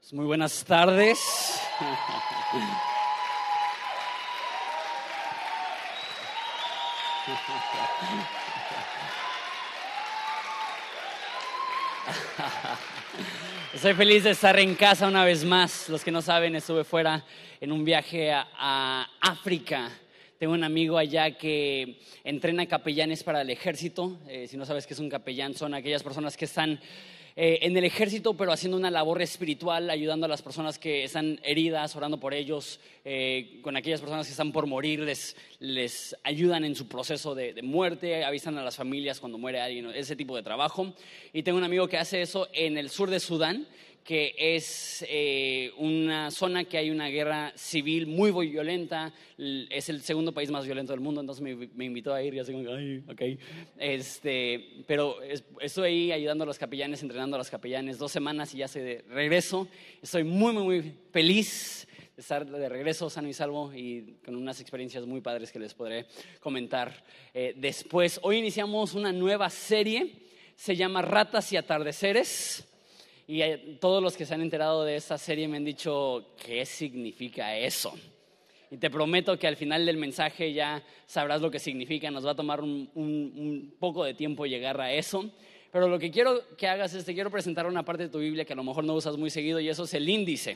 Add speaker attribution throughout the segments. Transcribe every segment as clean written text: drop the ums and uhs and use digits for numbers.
Speaker 1: Muy buenas tardes. Estoy feliz de estar en casa una vez más. Los que no saben, estuve fuera en un viaje a África. Tengo un amigo allá que entrena capellanes para el ejército. Si no sabes qué es un capellán, son aquellas personas que están en el ejército, pero haciendo una labor espiritual, ayudando a las personas que están heridas, orando por ellos, con aquellas personas que están por morir, les ayudan en su proceso de muerte, avisan a las familias cuando muere alguien, ese tipo de trabajo. Y tengo un amigo que hace eso en el sur de Sudán, que es una zona que hay una guerra civil muy violenta. Es el segundo país más violento del mundo, entonces me invitó a ir y así como, ay, ok. Pero estoy ahí ayudando a los capellanes, entrenando a los capellanes 2 semanas y ya estoy de regreso. Estoy muy, muy, muy feliz de estar de regreso sano y salvo y con unas experiencias muy padres que les podré comentar después. Hoy iniciamos una nueva serie, se llama Ratas y Atardeceres. Y todos los que se han enterado de esta serie me han dicho, ¿qué significa eso? Y te prometo que al final del mensaje ya sabrás lo que significa. Nos va a tomar un poco de tiempo llegar a eso. Pero lo que quiero que hagas es, te quiero presentar una parte de tu Biblia que a lo mejor no usas muy seguido, y eso es el índice.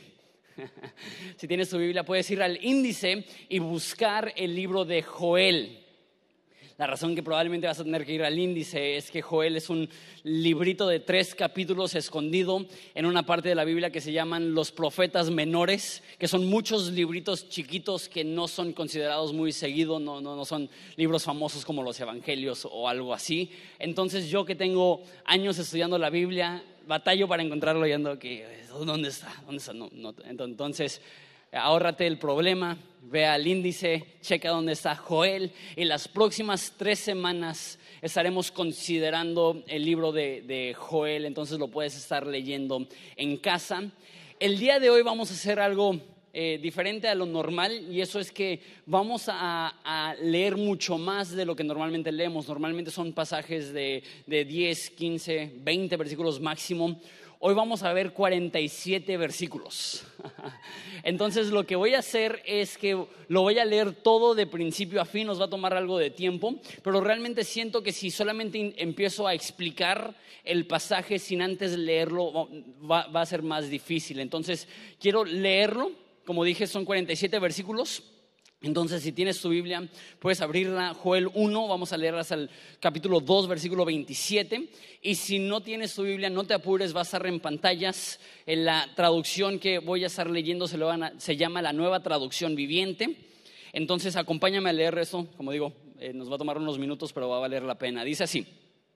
Speaker 1: Si tienes tu Biblia, puedes ir al índice y buscar el libro de Joel. La razón que probablemente vas a tener que ir al índice es que Joel es un librito de 3 capítulos escondido en una parte de la Biblia que se llaman los profetas menores, que son muchos libritos chiquitos que no son considerados muy seguidos, no son libros famosos como los evangelios o algo así. Entonces yo que tengo años estudiando la Biblia, batallo para encontrarlo y ando que, ¿dónde está? No. Entonces ahórrate el problema, ve al índice, checa dónde está Joel, y las próximas 3 semanas estaremos considerando el libro de Joel, entonces lo puedes estar leyendo en casa. El día de hoy vamos a hacer algo diferente a lo normal, y eso es que vamos a leer mucho más de lo que normalmente leemos. Normalmente son pasajes de 10, 15, 20 versículos máximo. Hoy vamos a ver 47 versículos. Entonces lo que voy a hacer es que lo voy a leer todo de principio a fin. Nos va a tomar algo de tiempo, pero realmente siento que si solamente empiezo a explicar el pasaje sin antes leerlo, va a ser más difícil. Entonces quiero leerlo. Como dije, son 47 versículos. Entonces, si tienes tu Biblia, puedes abrirla, Joel 1, vamos a leer hasta el capítulo 2, versículo 27. Y si no tienes tu Biblia, no te apures, va a estar en pantallas. En la traducción que voy a estar leyendo se llama la Nueva Traducción Viviente. Entonces, acompáñame a leer eso. Como digo, nos va a tomar unos minutos, pero va a valer la pena. Dice así: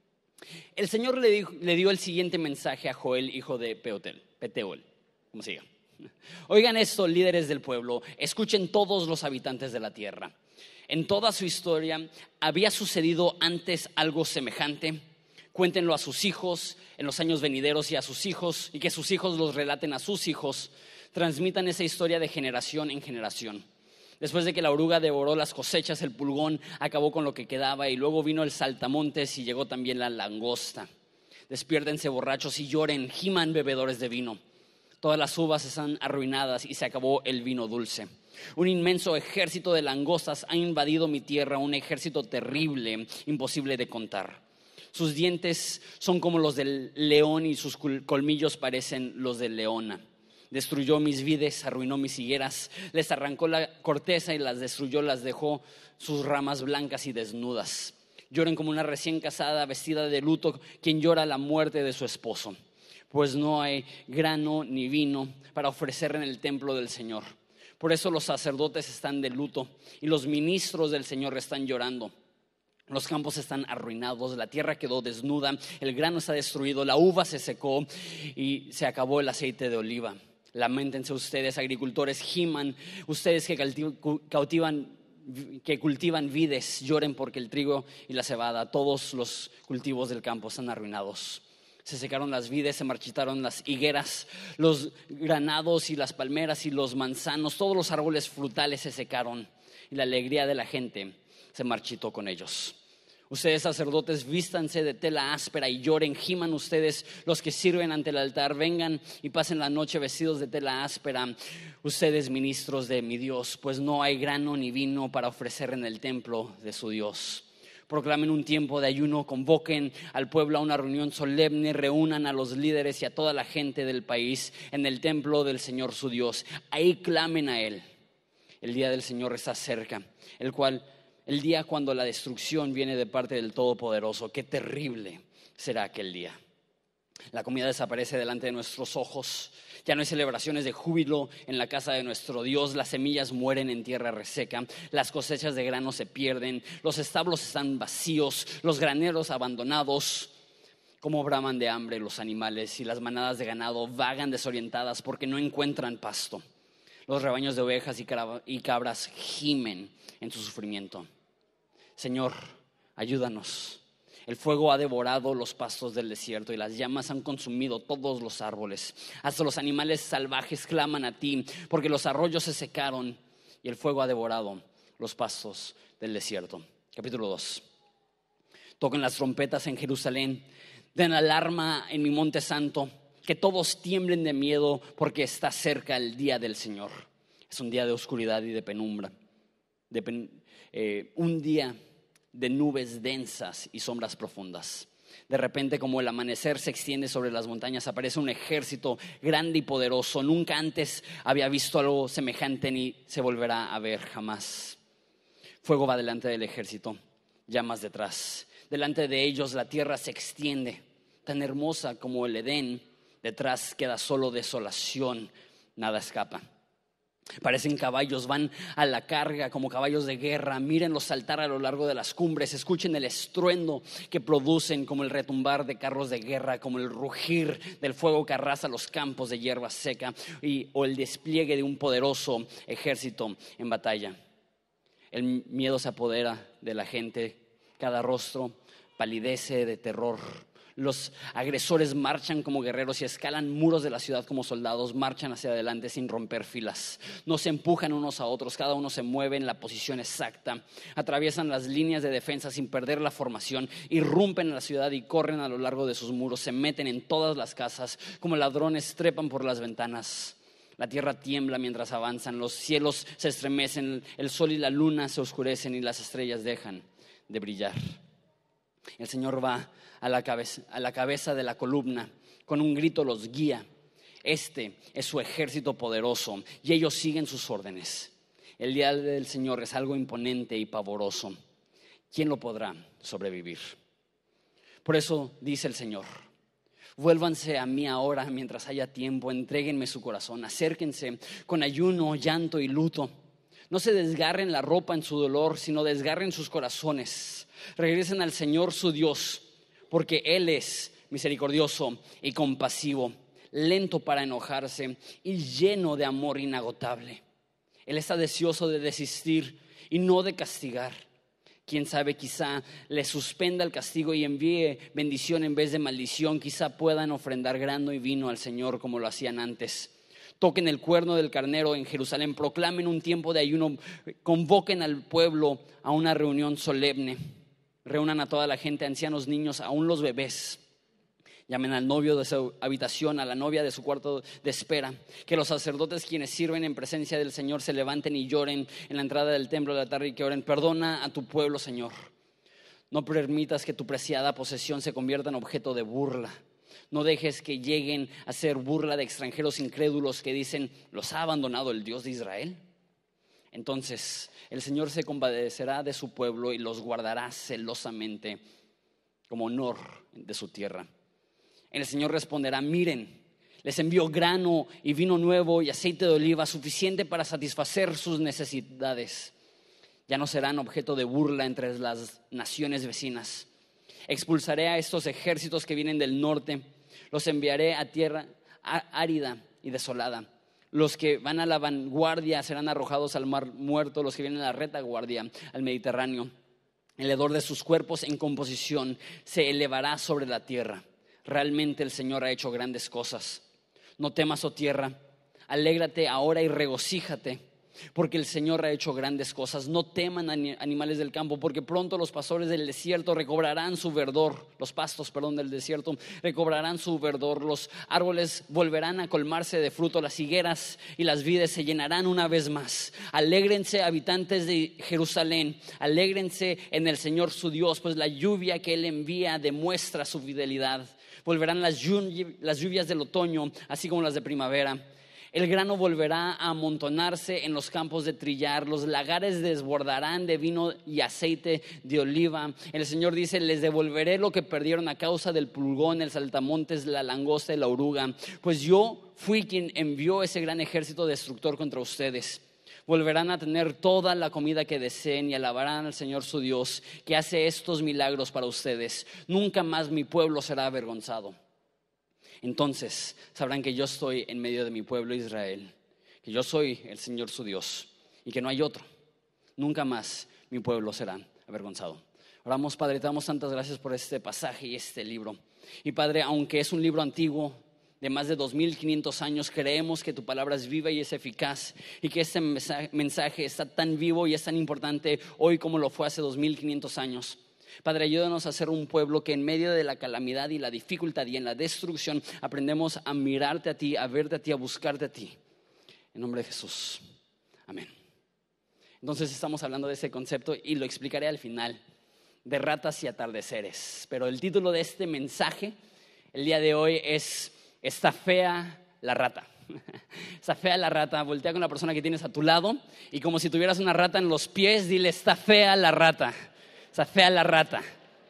Speaker 1: el Señor le dio el siguiente mensaje a Joel, hijo de Peteol, como se diga. Oigan esto, líderes del pueblo, escuchen todos los habitantes de la tierra. En toda su historia había sucedido antes algo semejante. Cuéntenlo a sus hijos en los años venideros y a sus hijos, y que sus hijos los relaten a sus hijos. Transmitan esa historia de generación en generación. Después de que la oruga devoró las cosechas, el pulgón acabó con lo que quedaba, y luego vino el saltamontes y llegó también la langosta. Despiértense borrachos y lloren, giman bebedores de vino. Todas las uvas están arruinadas y se acabó el vino dulce. Un inmenso ejército de langostas ha invadido mi tierra, un ejército terrible, imposible de contar. Sus dientes son como los del león y sus colmillos parecen los de leona. Destruyó mis vides, arruinó mis higueras, les arrancó la corteza y las destruyó, las dejó sus ramas blancas y desnudas. Lloren como una recién casada vestida de luto, quien llora la muerte de su esposo. Pues no hay grano ni vino para ofrecer en el templo del Señor. Por eso los sacerdotes están de luto y los ministros del Señor están llorando. Los campos están arruinados, la tierra quedó desnuda, el grano está destruido, la uva se secó y se acabó el aceite de oliva. Lamentense ustedes, agricultores, giman, ustedes que cultivan vides, lloren porque el trigo y la cebada, todos los cultivos del campo están arruinados. Se secaron las vides, se marchitaron las higueras, los granados y las palmeras y los manzanos, todos los árboles frutales se secaron y la alegría de la gente se marchitó con ellos. Ustedes sacerdotes, vístanse de tela áspera y lloren, giman ustedes los que sirven ante el altar, vengan y pasen la noche vestidos de tela áspera, ustedes ministros de mi Dios, pues no hay grano ni vino para ofrecer en el templo de su Dios. Proclamen un tiempo de ayuno, convoquen al pueblo a una reunión solemne, reúnan a los líderes y a toda la gente del país en el templo del Señor su Dios. Ahí clamen a Él. El día del Señor está cerca, el día cuando la destrucción viene de parte del Todopoderoso. Qué terrible será aquel día. La comida desaparece delante de nuestros ojos. Ya no hay celebraciones de júbilo en la casa de nuestro Dios. Las semillas mueren en tierra reseca. Las cosechas de grano se pierden. Los establos están vacíos. Los graneros abandonados. Como braman de hambre los animales, y las manadas de ganado vagan desorientadas porque no encuentran pasto. Los rebaños de ovejas y cabras gimen en su sufrimiento. Señor, ayúdanos. El fuego ha devorado los pastos del desierto y las llamas han consumido todos los árboles. Hasta los animales salvajes claman a ti, porque los arroyos se secaron y el fuego ha devorado los pastos del desierto. Capítulo 2. Toquen las trompetas en Jerusalén, den alarma en mi monte santo, que todos tiemblen de miedo, porque está cerca el día del Señor. Es un día de oscuridad y de penumbra, un día de nubes densas y sombras profundas. De repente, como el amanecer se extiende sobre las montañas, aparece un ejército grande y poderoso. Nunca antes había visto algo semejante, ni se volverá a ver jamás. Fuego va delante del ejército, llamas detrás. Delante de ellos la tierra se extiende, tan hermosa como el Edén. Detrás queda solo desolación, nada escapa. Parecen caballos, van a la carga como caballos de guerra. Mírenlos saltar a lo largo de las cumbres. Escuchen el estruendo que producen, como el retumbar de carros de guerra, como el rugir del fuego que arrasa los campos de hierba seca, o el despliegue de un poderoso ejército en batalla. El miedo se apodera de la gente, cada rostro palidece de terror. Los agresores marchan como guerreros y escalan muros de la ciudad como soldados. Marchan hacia adelante sin romper filas. No se empujan unos a otros, cada uno se mueve en la posición exacta. Atraviesan las líneas de defensa sin perder la formación. Irrumpen en la ciudad y corren a lo largo de sus muros. Se meten en todas las casas, como ladrones trepan por las ventanas. La tierra tiembla mientras avanzan, los cielos se estremecen, el sol y la luna se oscurecen y las estrellas dejan de brillar. El Señor va a la cabeza de la columna, con un grito los guía. Este es su ejército poderoso y ellos siguen sus órdenes. El día del Señor es algo imponente y pavoroso. ¿Quién lo podrá sobrevivir? Por eso dice el Señor: vuélvanse a mí ahora mientras haya tiempo, entréguenme su corazón, acérquense con ayuno, llanto y luto. No se desgarren la ropa en su dolor, sino desgarren sus corazones. Regresen al Señor su Dios, porque Él es misericordioso y compasivo, lento para enojarse y lleno de amor inagotable. Él está deseoso de desistir y no de castigar. Quién sabe, quizá le suspenda el castigo y envíe bendición en vez de maldición. Quizá puedan ofrendar grano y vino al Señor como lo hacían antes. Toquen el cuerno del carnero en Jerusalén, proclamen un tiempo de ayuno, convoquen al pueblo a una reunión solemne. Reúnan a toda la gente, ancianos, niños, aún los bebés. Llamen al novio de su habitación, a la novia de su cuarto de espera. Que los sacerdotes, quienes sirven en presencia del Señor, se levanten y lloren en la entrada del templo de la tarde y que oren: perdona a tu pueblo, Señor. No permitas que tu preciada posesión se convierta en objeto de burla. No dejes que lleguen a ser burla de extranjeros incrédulos que dicen: ¿los ha abandonado el Dios de Israel? Entonces el Señor se compadecerá de su pueblo y los guardará celosamente como honor de su tierra. El Señor responderá: miren, les envío grano y vino nuevo y aceite de oliva suficiente para satisfacer sus necesidades. Ya no serán objeto de burla entre las naciones vecinas. Expulsaré a estos ejércitos que vienen del norte. Los enviaré a tierra árida y desolada. Los que van a la vanguardia serán arrojados al mar muerto. Los que vienen a la retaguardia al Mediterráneo. El hedor de sus cuerpos en composición se elevará sobre la tierra. Realmente el Señor ha hecho grandes cosas. No temas, oh tierra, alégrate ahora y regocíjate. porque el Señor ha hecho grandes cosas. No teman animales del campo, porque pronto los pastores del desierto recobrarán su verdor. Los pastos, del desierto recobrarán su verdor. Los árboles volverán a colmarse de fruto. Las higueras y las vides se llenarán una vez más. Alégrense, habitantes de Jerusalén. Alégrense en el Señor su Dios, pues la lluvia que Él envía demuestra su fidelidad. Volverán las lluvias del otoño, así como las de primavera. El grano volverá a amontonarse en los campos de trillar. Los lagares desbordarán de vino y aceite de oliva. El Señor dice: les devolveré lo que perdieron a causa del pulgón, el saltamontes, la langosta y la oruga. Pues yo fui quien envió ese gran ejército destructor contra ustedes. Volverán a tener toda la comida que deseen y alabarán al Señor su Dios, que hace estos milagros para ustedes. Nunca más mi pueblo será avergonzado. Entonces sabrán que yo estoy en medio de mi pueblo Israel, que yo soy el Señor su Dios y que no hay otro. Nunca más mi pueblo será avergonzado. Oramos, Padre, te damos tantas gracias por este pasaje y este libro. Y Padre, aunque es un libro antiguo de más de 2500 años, creemos que tu palabra es viva y es eficaz, y que este mensaje está tan vivo y es tan importante hoy como lo fue hace 2500 años. Padre, ayúdanos a ser un pueblo que en medio de la calamidad y la dificultad y en la destrucción aprendemos a mirarte a ti, a verte a ti, a buscarte a ti. En nombre de Jesús, amén. Entonces estamos hablando de ese concepto y lo explicaré al final, de ratas y atardeceres. Pero el título de este mensaje el día de hoy es: está fea la rata. Está fea la rata. Voltea con la persona que tienes a tu lado y, como si tuvieras una rata en los pies, dile: está fea la rata. Está fea la rata.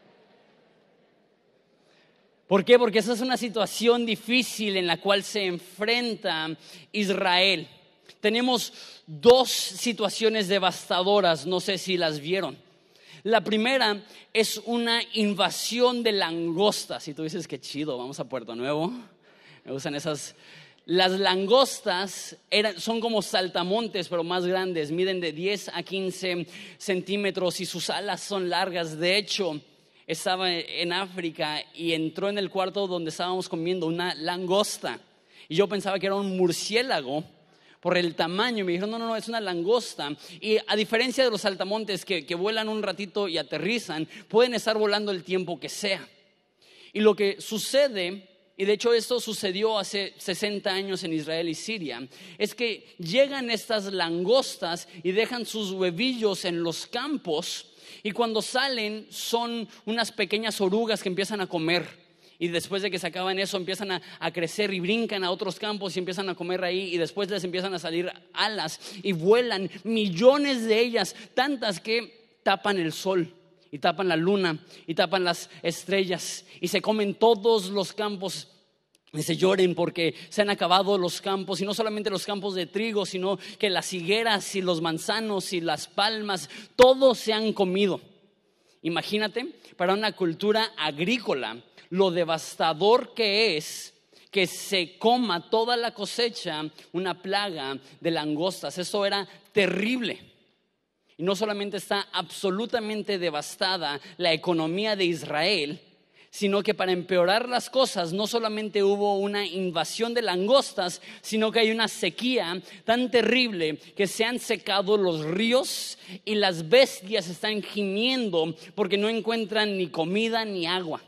Speaker 1: ¿Por qué? Porque esa es una situación difícil en la cual se enfrenta Israel. Tenemos dos situaciones devastadoras, no sé si las vieron. La primera es una invasión de langostas. Y tú dices: qué chido, vamos a Puerto Nuevo. Me gustan esas. Las langostas son como saltamontes, pero más grandes. Miden de 10 a 15 centímetros y sus alas son largas. De hecho, estaba en África y entró en el cuarto donde estábamos comiendo una langosta. Y yo pensaba que era un murciélago por el tamaño. Me dijeron: no, es una langosta. Y a diferencia de los saltamontes que vuelan un ratito y aterrizan, pueden estar volando el tiempo que sea. Y lo que sucede, y de hecho esto sucedió hace 60 años en Israel y Siria, es que llegan estas langostas y dejan sus huevillos en los campos, y cuando salen son unas pequeñas orugas que empiezan a comer. Y después de que se acaban eso, empiezan a crecer y brincan a otros campos y empiezan a comer ahí. Y después les empiezan a salir alas y vuelan, millones de ellas, tantas que tapan el sol y tapan la luna y tapan las estrellas y se comen todos los campos. Y se lloren porque se han acabado los campos, y no solamente los campos de trigo, sino que las higueras y los manzanos y las palmas, todos se han comido. Imagínate, para una cultura agrícola, lo devastador que es que se coma toda la cosecha una plaga de langostas. Eso era terrible. Y no solamente está absolutamente devastada la economía de Israel, sino que para empeorar las cosas, no solamente hubo una invasión de langostas, sino que hay una sequía tan terrible que se han secado los ríos y las bestias están gimiendo porque no encuentran ni comida ni agua.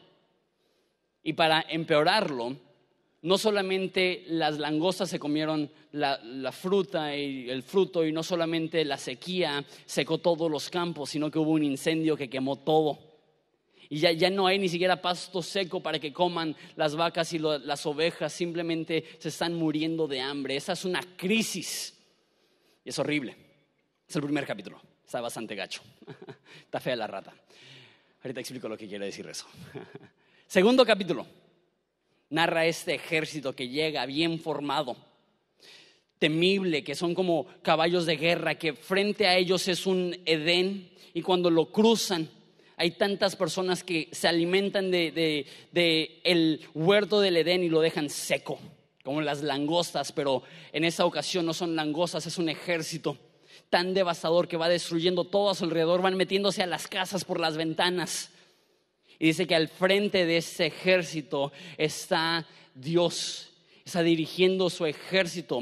Speaker 1: Y para empeorarlo, no solamente las langostas se comieron la fruta y el fruto, y no solamente la sequía secó todos los campos, sino que hubo un incendio que quemó todo. Y ya no hay ni siquiera pasto seco para que coman las vacas y las ovejas. Simplemente se están muriendo de hambre. Esa es una crisis. Y es horrible. Es el primer capítulo. Está bastante gacho. Está fea la rata. Ahorita explico lo que quiere decir eso. Segundo capítulo. Narra este ejército que llega bien formado, temible, que son como caballos de guerra, que frente a ellos es un Edén, y cuando lo cruzan hay tantas personas que se alimentan de el huerto del Edén y lo dejan seco, como las langostas. Pero en esa ocasión no son langostas, es un ejército tan devastador que va destruyendo todo a su alrededor, van metiéndose a las casas por las ventanas. Y dice que al frente de ese ejército está Dios, está dirigiendo su ejército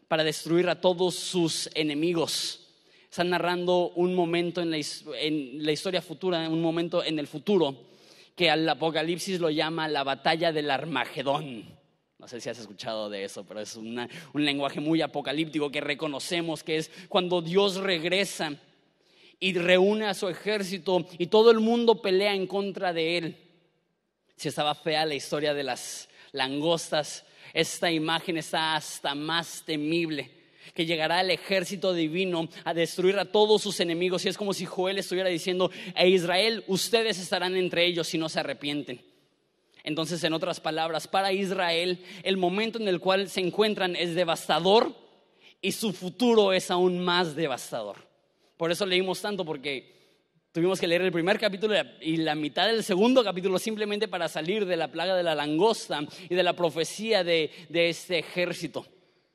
Speaker 1: para destruir a todos sus enemigos. Están narrando un momento en la historia futura, un momento en el futuro, que al Apocalipsis lo llama la batalla del Armagedón. No sé si has escuchado de eso, pero es un lenguaje muy apocalíptico que reconocemos que es cuando Dios regresa y reúne a su ejército y todo el mundo pelea en contra de él. Si estaba fea la historia de las langostas, esta imagen está hasta más temible, que llegará el ejército divino a destruir a todos sus enemigos. Y es como si Joel estuviera diciendo: a Israel, ustedes estarán entre ellos si no se arrepienten. Entonces, en otras palabras, para Israel el momento en el cual se encuentran es devastador y su futuro es aún más devastador. Por eso leímos tanto, porque tuvimos que leer el primer capítulo y la mitad del segundo capítulo simplemente para salir de la plaga de la langosta y de la profecía de este ejército.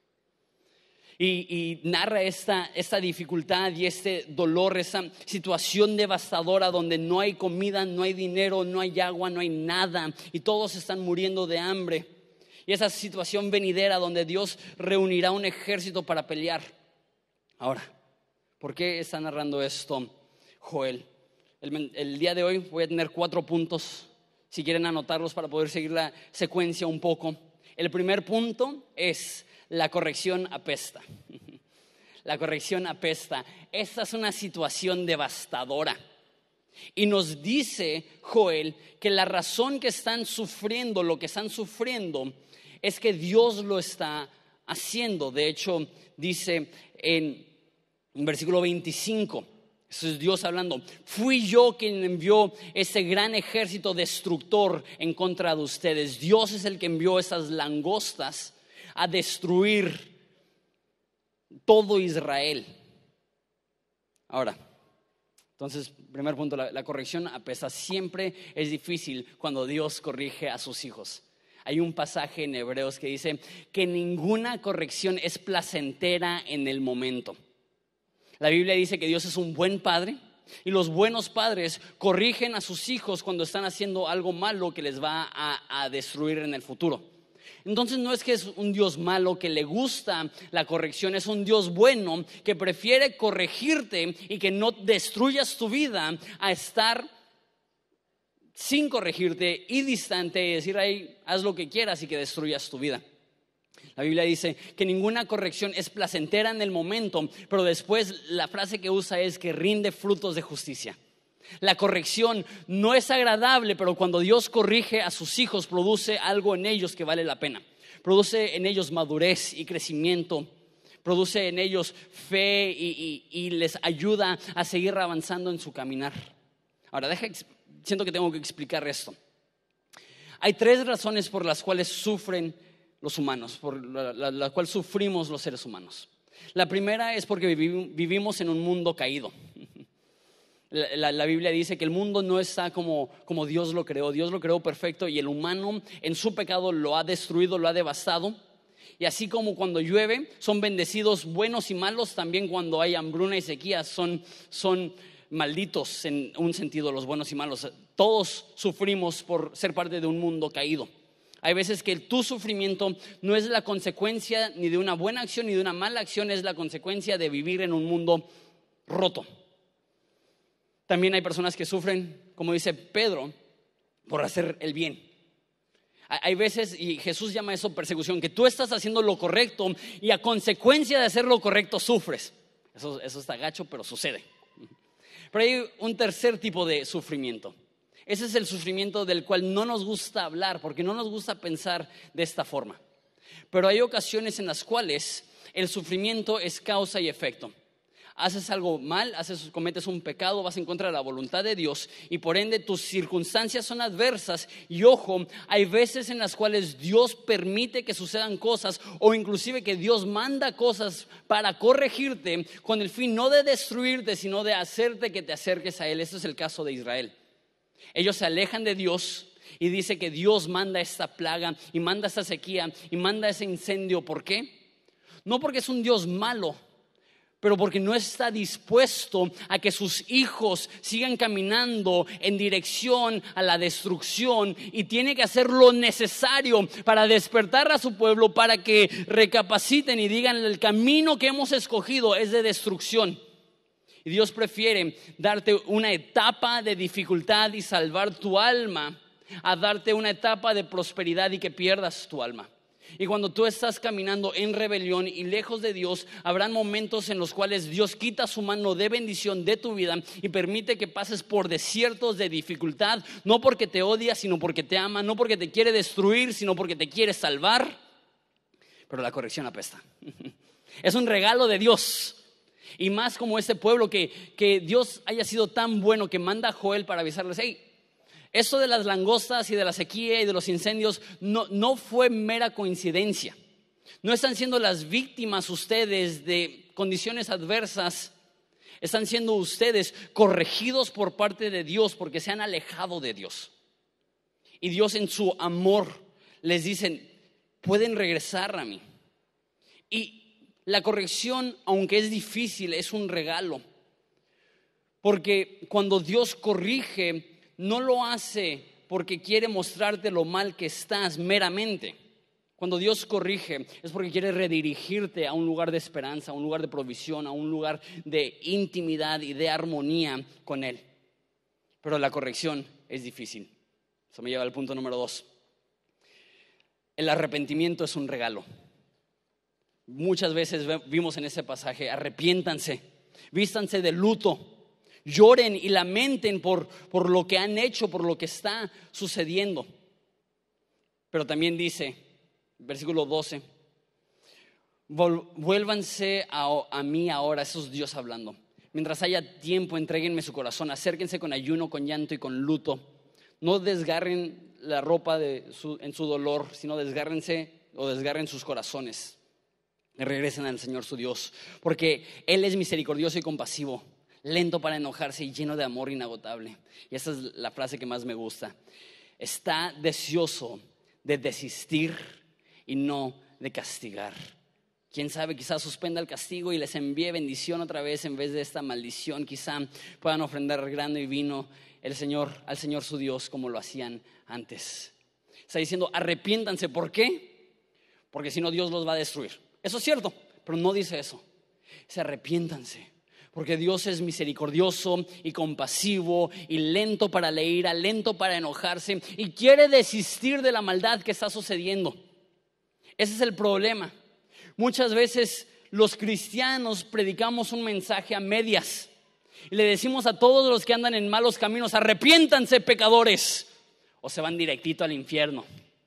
Speaker 1: Y narra esta dificultad y este dolor, esa situación devastadora donde no hay comida, no hay dinero, no hay agua, no hay nada y todos están muriendo de hambre. Y esa situación venidera donde Dios reunirá un ejército para pelear. Ahora, ¿por qué está narrando esto Joel? El día de hoy voy a tener 4 puntos, si quieren anotarlos para poder seguir la secuencia un poco. El primer punto es: la corrección apesta. La corrección apesta. Esta es una situación devastadora. Y nos dice Joel que la razón que están sufriendo, lo que están sufriendo, es que Dios lo está haciendo. De hecho, dice en versículo 25, eso es Dios hablando: fui yo quien envió ese gran ejército destructor en contra de ustedes. Dios es el que envió esas langostas a destruir todo Israel. Ahora, entonces, primer punto, la corrección apesta. Siempre es difícil cuando Dios corrige a sus hijos. Hay un pasaje en Hebreos que dice que ninguna corrección es placentera en el momento. La Biblia dice que Dios es un buen padre y los buenos padres corrigen a sus hijos cuando están haciendo algo malo que les va a destruir en el futuro. Entonces no es que es un Dios malo que le gusta la corrección, es un Dios bueno que prefiere corregirte y que no destruyas tu vida a estar sin corregirte y distante y decir: ahí, haz lo que quieras y que destruyas tu vida. La Biblia dice que ninguna corrección es placentera en el momento, pero después la frase que usa es que rinde frutos de justicia. La corrección no es agradable, pero cuando Dios corrige a sus hijos, produce algo en ellos que vale la pena. Produce en ellos madurez y crecimiento. Produce en ellos fe y les ayuda a seguir avanzando en su caminar. Ahora, siento que tengo que explicar esto. Hay 3 razones por las cuales sufren los humanos, por la cual sufrimos los seres humanos. La primera es porque vivimos en un mundo caído. La Biblia dice que el mundo no está como Dios lo creó. Dios lo creó perfecto y el humano en su pecado lo ha destruido, lo ha devastado. Y así como cuando llueve son bendecidos buenos y malos, también cuando hay hambruna y sequía son malditos en un sentido los buenos y malos. Todos sufrimos por ser parte de un mundo caído. Hay veces que tu sufrimiento no es la consecuencia ni de una buena acción ni de una mala acción, es la consecuencia de vivir en un mundo roto. También hay personas que sufren, como dice Pedro, por hacer el bien. Hay veces, y Jesús llama eso persecución, que tú estás haciendo lo correcto y a consecuencia de hacer lo correcto sufres. Eso está gacho, pero sucede. Pero hay un tercer tipo de sufrimiento. Ese es el sufrimiento del cual no nos gusta hablar, porque no nos gusta pensar de esta forma. Pero hay ocasiones en las cuales el sufrimiento es causa y efecto. Haces algo mal, cometes un pecado, vas en contra de la voluntad de Dios y por ende tus circunstancias son adversas. Y ojo, hay veces en las cuales Dios permite que sucedan cosas o inclusive que Dios manda cosas para corregirte con el fin no de destruirte, sino de hacerte que te acerques a Él. Este es el caso de Israel. Ellos se alejan de Dios y dice que Dios manda esta plaga y manda esta sequía y manda ese incendio. ¿Por qué? No porque es un Dios malo, pero porque no está dispuesto a que sus hijos sigan caminando en dirección a la destrucción, y tiene que hacer lo necesario para despertar a su pueblo, para que recapaciten y digan: el camino que hemos escogido es de destrucción. Y Dios prefiere darte una etapa de dificultad y salvar tu alma, a darte una etapa de prosperidad y que pierdas tu alma. Y cuando tú estás caminando en rebelión y lejos de Dios, habrán momentos en los cuales Dios quita su mano de bendición de tu vida y permite que pases por desiertos de dificultad, no porque te odia, sino porque te ama, no porque te quiere destruir, sino porque te quiere salvar. Pero la corrección apesta. Es un regalo de Dios. Y más como este pueblo que Dios haya sido tan bueno que manda a Joel para avisarles: hey, esto de las langostas y de la sequía y de los incendios no fue mera coincidencia. No están siendo las víctimas ustedes de condiciones adversas. Están siendo ustedes corregidos por parte de Dios porque se han alejado de Dios. Y Dios en su amor les dice: pueden regresar a mí. Y la corrección, aunque es difícil, es un regalo. Porque cuando Dios corrige, no lo hace porque quiere mostrarte lo mal que estás meramente. Cuando Dios corrige es porque quiere redirigirte a un lugar de esperanza, a un lugar de provisión, a un lugar de intimidad y de armonía con Él. Pero la corrección es difícil. Eso me lleva al punto número 2. El arrepentimiento es un regalo. Muchas veces vimos en ese pasaje: arrepiéntanse, vístanse de luto, lloren y lamenten por lo que han hecho, por lo que está sucediendo. Pero también dice, versículo 12: vuélvanse a mí ahora. Eso es Dios hablando. Mientras haya tiempo, entréguenme su corazón, acérquense con ayuno, con llanto y con luto. No desgarren la ropa en su dolor, sino desgarren sus corazones y regresen al Señor su Dios, porque Él es misericordioso y compasivo, lento para enojarse y lleno de amor inagotable. Y esa es la frase que más me gusta: está deseoso de desistir y no de castigar. Quién sabe, quizás suspenda el castigo y les envíe bendición otra vez en vez de esta maldición. Quizá puedan ofrendar grano y vino al Señor su Dios como lo hacían antes. Está diciendo: arrepiéntanse. ¿Por qué? Porque si no, Dios los va a destruir. Eso es cierto, pero no dice eso. Dice: arrepiéntanse, porque Dios es misericordioso y compasivo y lento para la ira, lento para enojarse, y quiere desistir de la maldad que está sucediendo. Ese es el problema. Muchas veces los cristianos predicamos un mensaje a medias y le decimos a todos los que andan en malos caminos: arrepiéntanse, pecadores, o se van directito al infierno.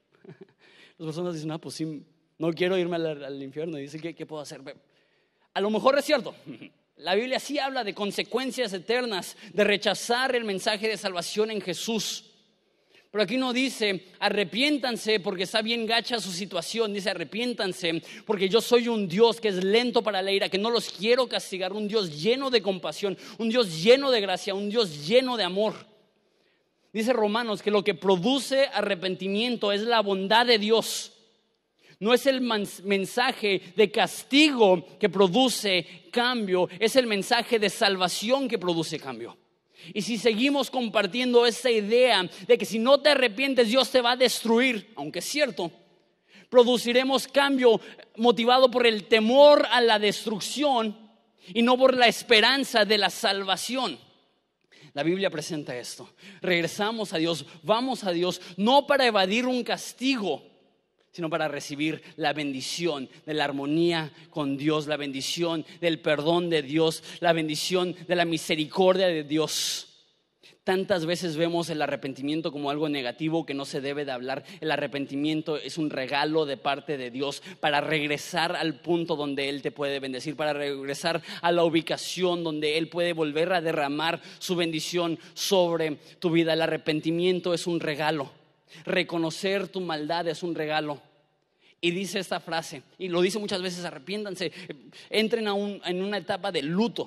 Speaker 1: Las personas dicen: pues sí, no quiero irme al infierno. Y dicen: ¿qué puedo hacer? A lo mejor es cierto. La Biblia sí habla de consecuencias eternas de rechazar el mensaje de salvación en Jesús. Pero aquí no dice: arrepiéntanse porque está bien gacha su situación. Dice: arrepiéntanse porque yo soy un Dios que es lento para la ira, que no los quiero castigar. Un Dios lleno de compasión, un Dios lleno de gracia, un Dios lleno de amor. Dice Romanos que lo que produce arrepentimiento es la bondad de Dios. No es el mensaje de castigo que produce cambio, es el mensaje de salvación que produce cambio. Y si seguimos compartiendo esa idea de que si no te arrepientes Dios te va a destruir, aunque es cierto, produciremos cambio motivado por el temor a la destrucción y no por la esperanza de la salvación. La Biblia presenta esto: regresamos a Dios, vamos a Dios, no para evadir un castigo, sino para recibir la bendición de la armonía con Dios, la bendición del perdón de Dios, la bendición de la misericordia de Dios. Tantas veces vemos el arrepentimiento como algo negativo que no se debe de hablar. El arrepentimiento es un regalo de parte de Dios para regresar al punto donde Él te puede bendecir, para regresar a la ubicación donde Él puede volver a derramar su bendición sobre tu vida. El arrepentimiento es un regalo. Reconocer tu maldad es un regalo. Y dice esta frase, y lo dice muchas veces: arrepiéntanse, entren en una etapa de luto.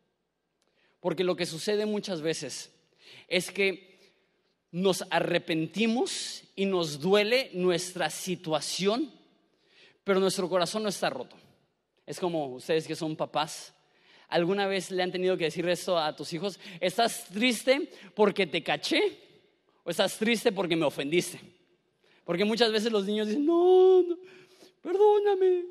Speaker 1: Porque lo que sucede muchas veces es que nos arrepentimos y nos duele nuestra situación, pero nuestro corazón no está roto. Es como ustedes que son papás, ¿Alguna vez le han tenido que decir esto a tus hijos? ¿Estás triste porque te caché? ¿O estás triste porque me ofendiste? Porque muchas veces los niños dicen, no, perdóname.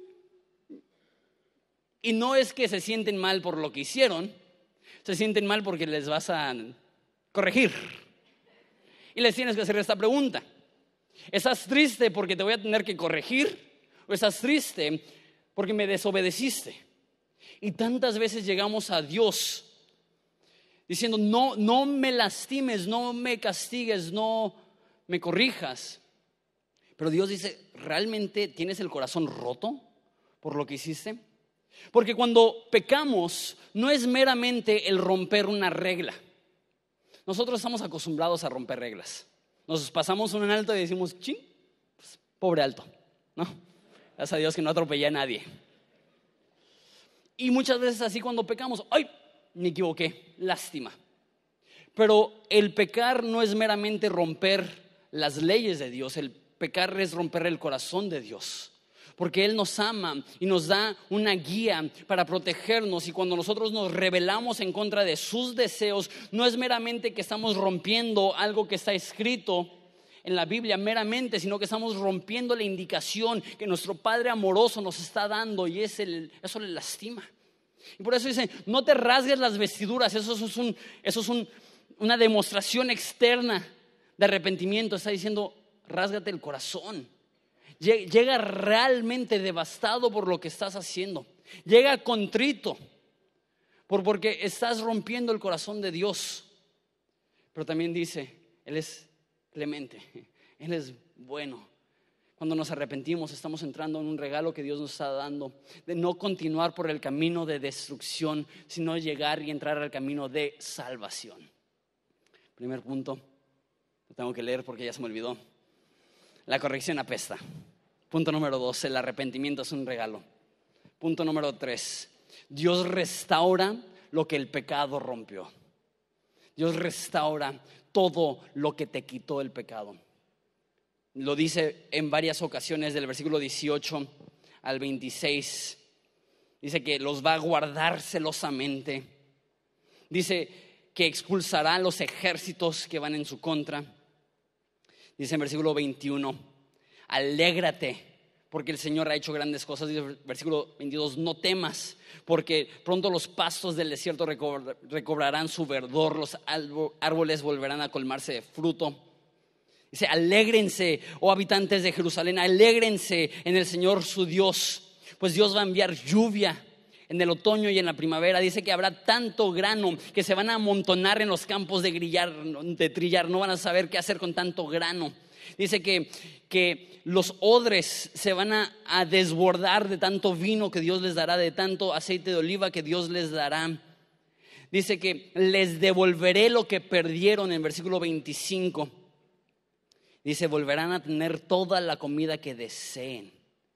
Speaker 1: Y no es que se sienten mal por lo que hicieron, se sienten mal porque les vas a corregir. Y les tienes que hacer esta pregunta: ¿estás triste porque te voy a tener que corregir? ¿O estás triste porque me desobedeciste? Y tantas veces llegamos a Dios diciendo, no me lastimes, no me castigues, no me corrijas. Pero Dios dice, ¿realmente tienes el corazón roto por lo que hiciste? Porque cuando pecamos no es meramente el romper una regla. Nosotros estamos acostumbrados a romper reglas. Nos pasamos un alto y decimos, ching, pues, pobre alto, ¿no? Gracias a Dios que no atropellé a nadie. Y muchas veces así cuando pecamos, ¡ay! Me equivoqué, lástima. Pero el pecar no es meramente romper las leyes de Dios. El pecar es romper el corazón de Dios. Porque Él nos ama y nos da una guía para protegernos. Y cuando nosotros nos rebelamos en contra de sus deseos, no es meramente que estamos rompiendo algo que está escrito en la Biblia meramente, sino que estamos rompiendo la indicación que nuestro Padre amoroso nos está dando, y eso le lastima. Y por eso dice, no te rasgues las vestiduras. Eso es una demostración externa de arrepentimiento. Está diciendo, rásgate el corazón. Llega realmente devastado por lo que estás haciendo. Llega contrito porque estás rompiendo el corazón de Dios. Pero también dice, Él es clemente, Él es bueno. Cuando nos arrepentimos estamos entrando en un regalo que Dios nos está dando, de no continuar por el camino de destrucción, sino llegar y entrar al camino de salvación. Primer punto, lo tengo que leer porque ya se me olvidó. La corrección apesta. Punto número 2, el arrepentimiento es un regalo. Punto número 3, Dios restaura lo que el pecado rompió. Dios restaura todo lo que te quitó el pecado. Lo dice en varias ocasiones, del versículo 18 al 26. Dice que los va a guardar celosamente. Dice que expulsará a los ejércitos que van en su contra. Dice en versículo 21, alégrate porque el Señor ha hecho grandes cosas. Dice el versículo 22, no temas porque pronto los pastos del desierto recobrarán su verdor, los árboles volverán a colmarse de fruto. Dice, alégrense, oh habitantes de Jerusalén, alégrense en el Señor su Dios, pues Dios va a enviar lluvia en el otoño y en la primavera. Dice que habrá tanto grano que se van a amontonar en los campos de trillar, no van a saber qué hacer con tanto grano. Dice que los odres se van a desbordar de tanto vino que Dios les dará, de tanto aceite de oliva que Dios les dará. Dice que les devolveré lo que perdieron en versículo 25. Dice, volverán a tener toda la comida que deseen.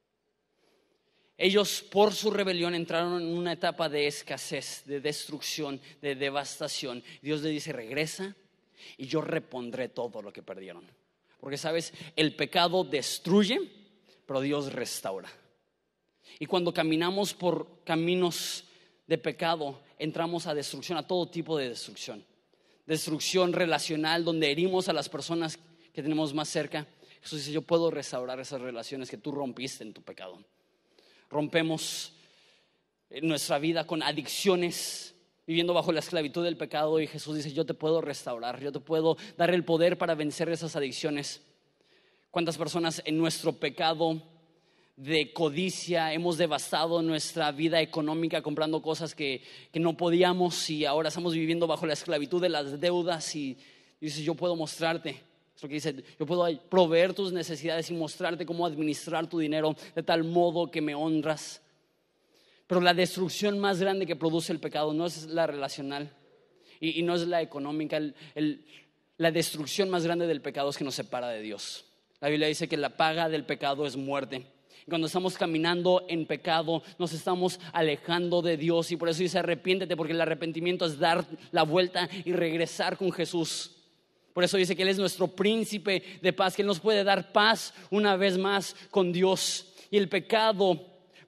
Speaker 1: Ellos por su rebelión entraron en una etapa de escasez, de destrucción, de devastación. Dios le dice, regresa y yo repondré todo lo que perdieron. Porque sabes, el pecado destruye, pero Dios restaura. Y cuando caminamos por caminos de pecado, entramos a destrucción, a todo tipo de destrucción. Destrucción relacional, donde herimos a las personas que tenemos más cerca. Jesús dice, yo puedo restaurar esas relaciones que tú rompiste en tu pecado. Rompemos nuestra vida con adicciones, viviendo bajo la esclavitud del pecado, y Jesús dice, yo te puedo restaurar, yo te puedo dar el poder para vencer esas adicciones. ¿Cuántas personas en nuestro pecado de codicia hemos devastado nuestra vida económica comprando cosas que no podíamos, y ahora estamos viviendo bajo la esclavitud de las deudas? Y dices, yo puedo mostrarte. Es lo que dice, yo puedo proveer tus necesidades y mostrarte cómo administrar tu dinero de tal modo que me honras. Pero la destrucción más grande que produce el pecado no es la relacional y no es la económica. La destrucción más grande del pecado es que nos separa de Dios. La Biblia dice que la paga del pecado es muerte. Y cuando estamos caminando en pecado, nos estamos alejando de Dios. Y por eso dice, arrepiéntete, porque el arrepentimiento es dar la vuelta y regresar con Jesús. Por eso dice que Él es nuestro príncipe de paz, que Él nos puede dar paz una vez más con Dios. Y el pecado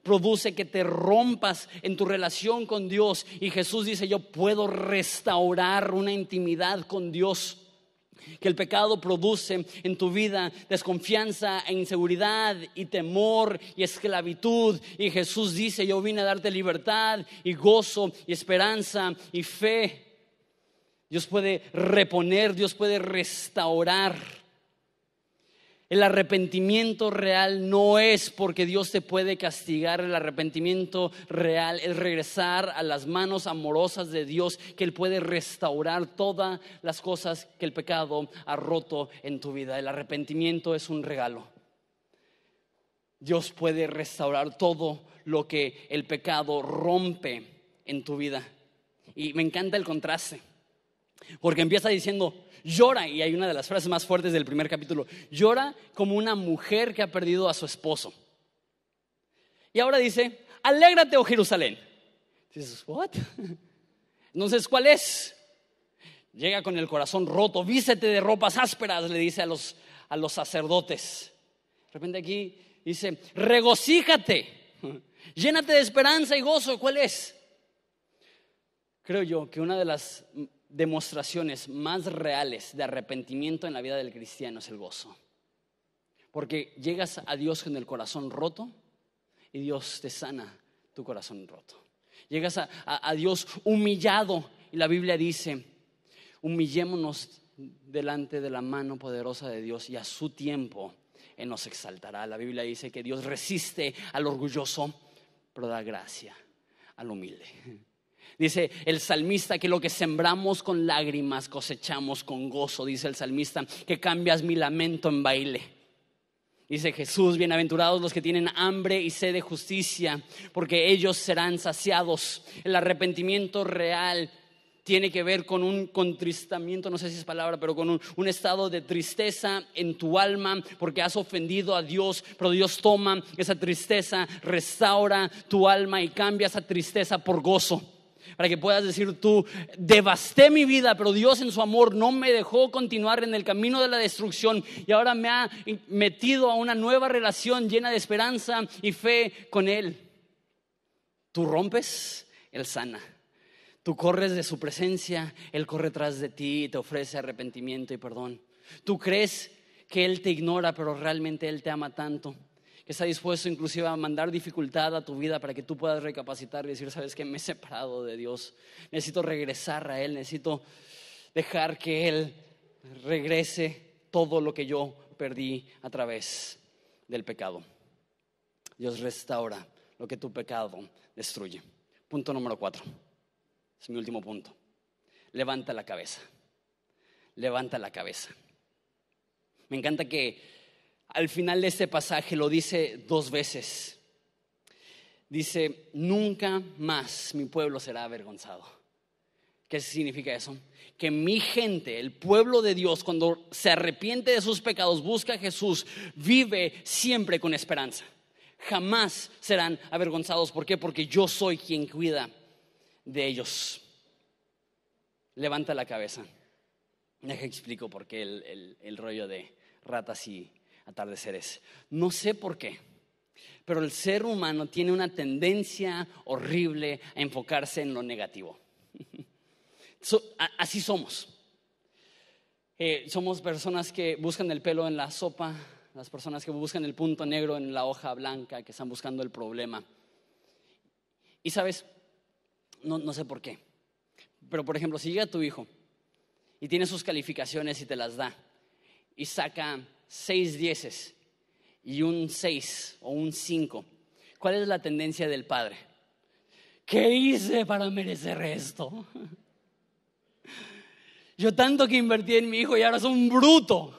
Speaker 1: produce que te rompas en tu relación con Dios. Y Jesús dice: yo puedo restaurar una intimidad con Dios. Que el pecado produce en tu vida desconfianza e inseguridad y temor y esclavitud. Y Jesús dice: yo vine a darte libertad y gozo y esperanza y fe. Dios puede reponer, Dios puede restaurar. El arrepentimiento real no es porque Dios te puede castigar. El arrepentimiento real es regresar a las manos amorosas de Dios, que Él puede restaurar todas las cosas que el pecado ha roto en tu vida. El arrepentimiento es un regalo. Dios puede restaurar todo lo que el pecado rompe en tu vida. Y me encanta el contraste, porque empieza diciendo: llora, y hay una de las frases más fuertes del primer capítulo: llora como una mujer que ha perdido a su esposo. Y ahora dice: alégrate, oh Jerusalén. Dices, ¿what? Entonces, ¿cuál es? Llega con el corazón roto: vístete de ropas ásperas, le dice a los sacerdotes. De repente aquí dice: regocíjate, llénate de esperanza y gozo. ¿Cuál es? Creo yo que una de las demostraciones más reales de arrepentimiento en la vida del cristiano es el gozo. Porque llegas a Dios con el corazón roto y Dios te sana tu corazón roto. Llegas a Dios humillado y la Biblia dice: humillémonos delante de la mano poderosa de Dios y a su tiempo Él nos exaltará. La Biblia dice que Dios resiste al orgulloso, pero da gracia al humilde. Dice el salmista que lo que sembramos con lágrimas cosechamos con gozo. Dice el salmista que cambias mi lamento en baile. Dice Jesús: bienaventurados los que tienen hambre y sed de justicia, porque ellos serán saciados. El arrepentimiento real tiene que ver con un contristamiento, no sé si es palabra, pero con un estado de tristeza en tu alma porque has ofendido a Dios. Pero Dios toma esa tristeza, restaura tu alma y cambia esa tristeza por gozo. Para que puedas decir tú: devasté mi vida, pero Dios en su amor no me dejó continuar en el camino de la destrucción y ahora me ha metido a una nueva relación llena de esperanza y fe con Él. Tú rompes, Él sana. Tú corres de su presencia, Él corre tras de ti y te ofrece arrepentimiento y perdón. Tú crees que Él te ignora, pero realmente Él te ama tanto que está dispuesto inclusive a mandar dificultad a tu vida para que tú puedas recapacitar y decir: ¿sabes qué? Me he separado de Dios, necesito regresar a Él, necesito dejar que Él regrese todo lo que yo perdí a través del pecado. Dios restaura lo que tu pecado destruye. Punto número 4, es mi último punto: levanta la cabeza. Levanta la cabeza. Me encanta que al final de este pasaje lo dice 2 veces. Dice: nunca más mi pueblo será avergonzado. ¿Qué significa eso? Que mi gente, el pueblo de Dios, cuando se arrepiente de sus pecados, busca a Jesús, vive siempre con esperanza. Jamás serán avergonzados. ¿Por qué? Porque yo soy quien cuida de ellos. Levanta la cabeza. Deja explico por qué el rollo de ratas y atardeceres. No sé por qué, pero el ser humano tiene una tendencia horrible a enfocarse en lo negativo. Así somos. Somos personas que buscan el pelo en la sopa, las personas que buscan el punto negro en la hoja blanca, que están buscando el problema. Y sabes, no sé por qué, pero por ejemplo, si llega tu hijo y tiene sus calificaciones y te las da y saca 6 dieces y un 6 o un 5, ¿cuál es la tendencia del padre? ¿Qué hice para merecer esto? Yo tanto que invertí en mi hijo y ahora es un bruto.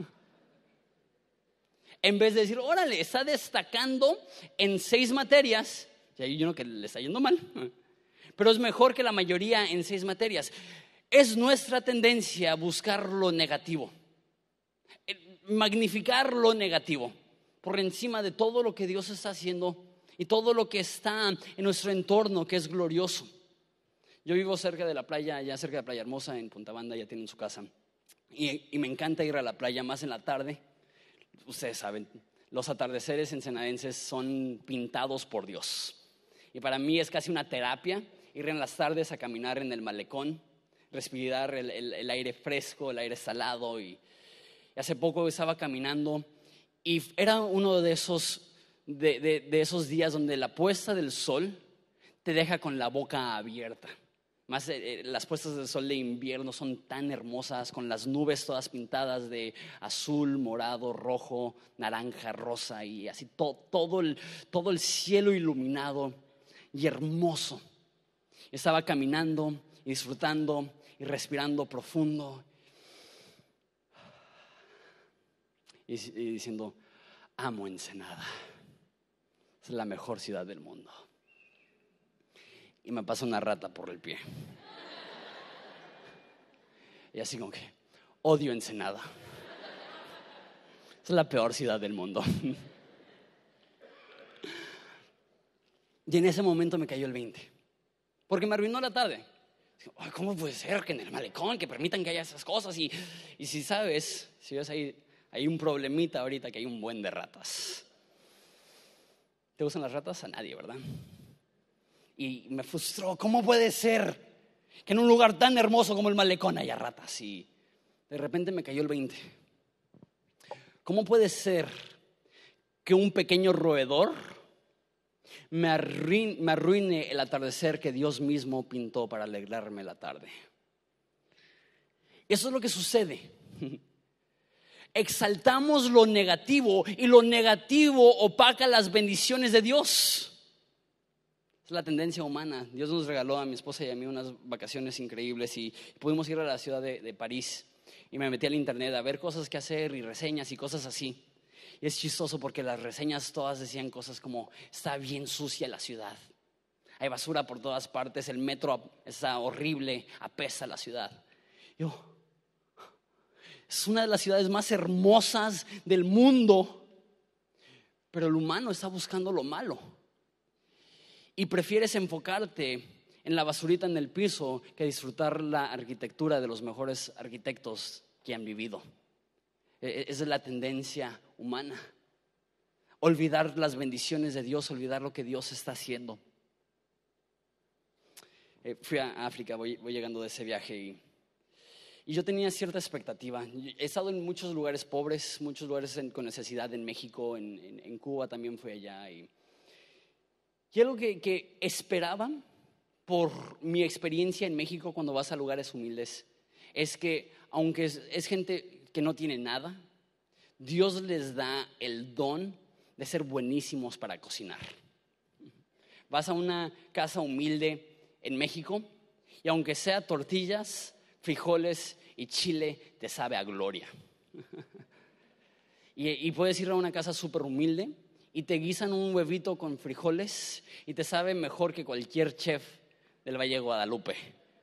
Speaker 1: En vez de decir: órale, está destacando en 6 materias, y hay uno que le está yendo mal, pero es mejor que la mayoría en 6 materias. Es nuestra tendencia a buscar lo negativo, magnificar lo negativo por encima de todo lo que Dios está haciendo y todo lo que está en nuestro entorno, que es glorioso. Yo vivo cerca de la playa, allá cerca de Playa Hermosa, en Punta Banda, ya tienen su casa. Y me encanta ir a la playa más en la tarde. Ustedes saben, los atardeceres ensenadenses son pintados por Dios. Y para mí es casi una terapia ir en las tardes a caminar en el malecón, respirar el aire fresco, el aire salado. Y hace poco estaba caminando y era uno de esos días donde la puesta del sol te deja con la boca abierta. Más las puestas del sol de invierno son tan hermosas, con las nubes todas pintadas de azul, morado, rojo, naranja, rosa, y así todo el cielo iluminado y hermoso. Estaba caminando y disfrutando y respirando profundo y diciendo: amo Ensenada, es la mejor ciudad del mundo. Y me pasa una rata por el pie. Y así como que odio Ensenada. Es la peor ciudad del mundo. Y en ese momento me cayó el 20, porque me arruinó la tarde. ¿Cómo puede ser que en el malecón que permitan que haya esas cosas? Y si ves ahí, hay un problemita ahorita, que hay un buen de ratas. ¿Te gustan las ratas? A nadie, ¿verdad? Y me frustró. ¿Cómo puede ser que en un lugar tan hermoso como el malecón haya ratas? Y de repente me cayó el 20. ¿Cómo puede ser que un pequeño roedor me arruine el atardecer que Dios mismo pintó para alegrarme la tarde? Eso es lo que sucede. Exaltamos lo negativo y lo negativo opaca las bendiciones de Dios. Es la tendencia humana. Dios nos regaló a mi esposa y a mí unas vacaciones increíbles y pudimos ir a la ciudad de París. Y me metí al internet a ver cosas que hacer y reseñas y cosas así. Y es chistoso porque las reseñas todas decían cosas como: está bien sucia la ciudad, hay basura por todas partes, el metro está horrible, apesta la ciudad. Es una de las ciudades más hermosas del mundo, pero el humano está buscando lo malo. Y prefieres enfocarte en la basurita en el piso que disfrutar la arquitectura de los mejores arquitectos que han vivido. Esa es la tendencia humana. Olvidar las bendiciones de Dios, olvidar lo que Dios está haciendo. Fui a África, voy llegando de ese viaje y yo tenía cierta expectativa. He estado en muchos lugares pobres, muchos lugares con necesidad, en México, en Cuba también fui allá. Y algo que esperaba por mi experiencia en México cuando vas a lugares humildes es que, aunque es gente que no tiene nada, Dios les da el don de ser buenísimos para cocinar. Vas a una casa humilde en México y aunque sea tortillas, frijoles y chile, te sabe a gloria. Y puedes ir a una casa súper humilde y te guisan un huevito con frijoles y te sabe mejor que cualquier chef del Valle de Guadalupe.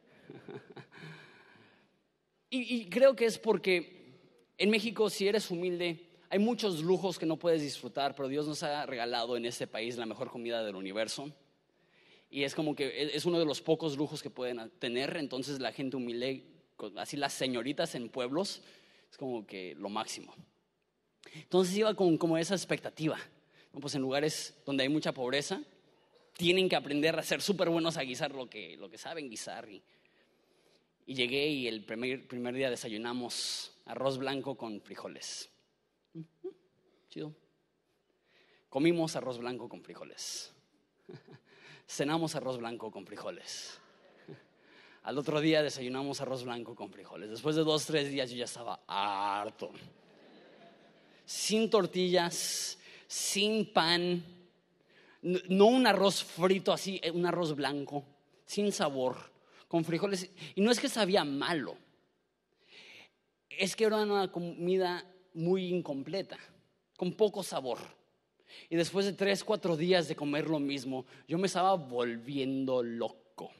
Speaker 1: Y creo que es porque en México, si eres humilde, hay muchos lujos que no puedes disfrutar, pero Dios nos ha regalado en este país la mejor comida del universo. Y es como que es uno de los pocos lujos que pueden tener. Entonces la gente humilde, así las señoritas en pueblos, es como que lo máximo. Entonces iba con como esa expectativa. Pues en lugares donde hay mucha pobreza, tienen que aprender a ser súper buenos a guisar lo que saben guisar. Y llegué y el primer día desayunamos arroz blanco con frijoles. Chido. Comimos arroz blanco con frijoles. Cenamos arroz blanco con frijoles. Al otro día desayunamos arroz blanco con frijoles. Después de 2-3 días yo ya estaba harto. Sin tortillas, sin pan, no un arroz frito así, un arroz blanco, sin sabor, con frijoles. Y no es que sabía malo, es que era una comida muy incompleta, con poco sabor. Y después de 3-4 días de comer lo mismo, yo me estaba volviendo loco.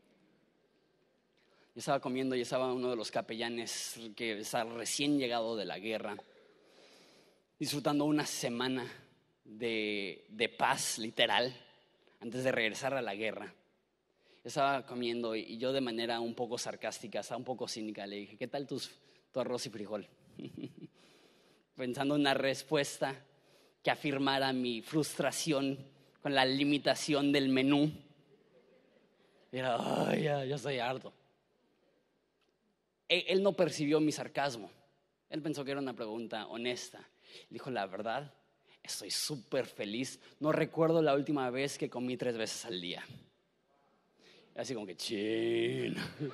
Speaker 1: Yo estaba comiendo y estaba uno de los capellanes que estaba recién llegado de la guerra, disfrutando una semana de paz, literal, antes de regresar a la guerra. Yo estaba comiendo y yo, de manera un poco sarcástica, estaba un poco cínica, le dije: ¿qué tal tu arroz y frijol? Pensando en una respuesta que afirmara mi frustración con la limitación del menú. Y era, ay, ya estoy harto. Él no percibió mi sarcasmo. Él pensó que era una pregunta honesta. Dijo, la verdad, estoy súper feliz. No recuerdo la última vez que comí 3 veces al día. Así como que, chin.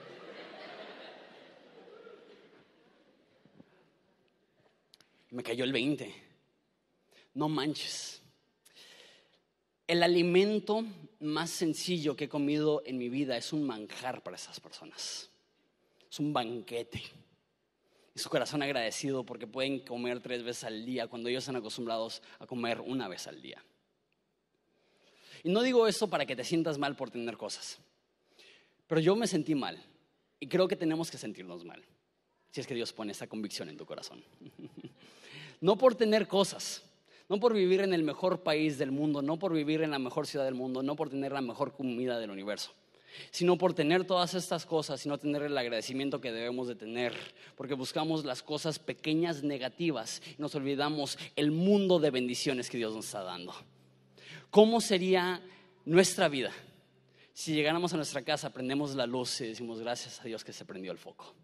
Speaker 1: Me cayó el 20. No manches. El alimento más sencillo que he comido en mi vida es un manjar para esas personas. Es un banquete. Y su corazón agradecido porque pueden comer 3 veces al día cuando ellos están acostumbrados a comer 1 vez al día. Y no digo esto para que te sientas mal por tener cosas, pero yo me sentí mal y creo que tenemos que sentirnos mal si es que Dios pone esa convicción en tu corazón. No por tener cosas, no por vivir en el mejor país del mundo, no por vivir en la mejor ciudad del mundo, no por tener la mejor comida del universo, sino por tener todas estas cosas y no tener el agradecimiento que debemos de tener, porque buscamos las cosas pequeñas negativas y nos olvidamos el mundo de bendiciones que Dios nos está dando. ¿Cómo sería nuestra vida si llegáramos a nuestra casa, prendemos la luz y decimos gracias a Dios que se prendió el foco?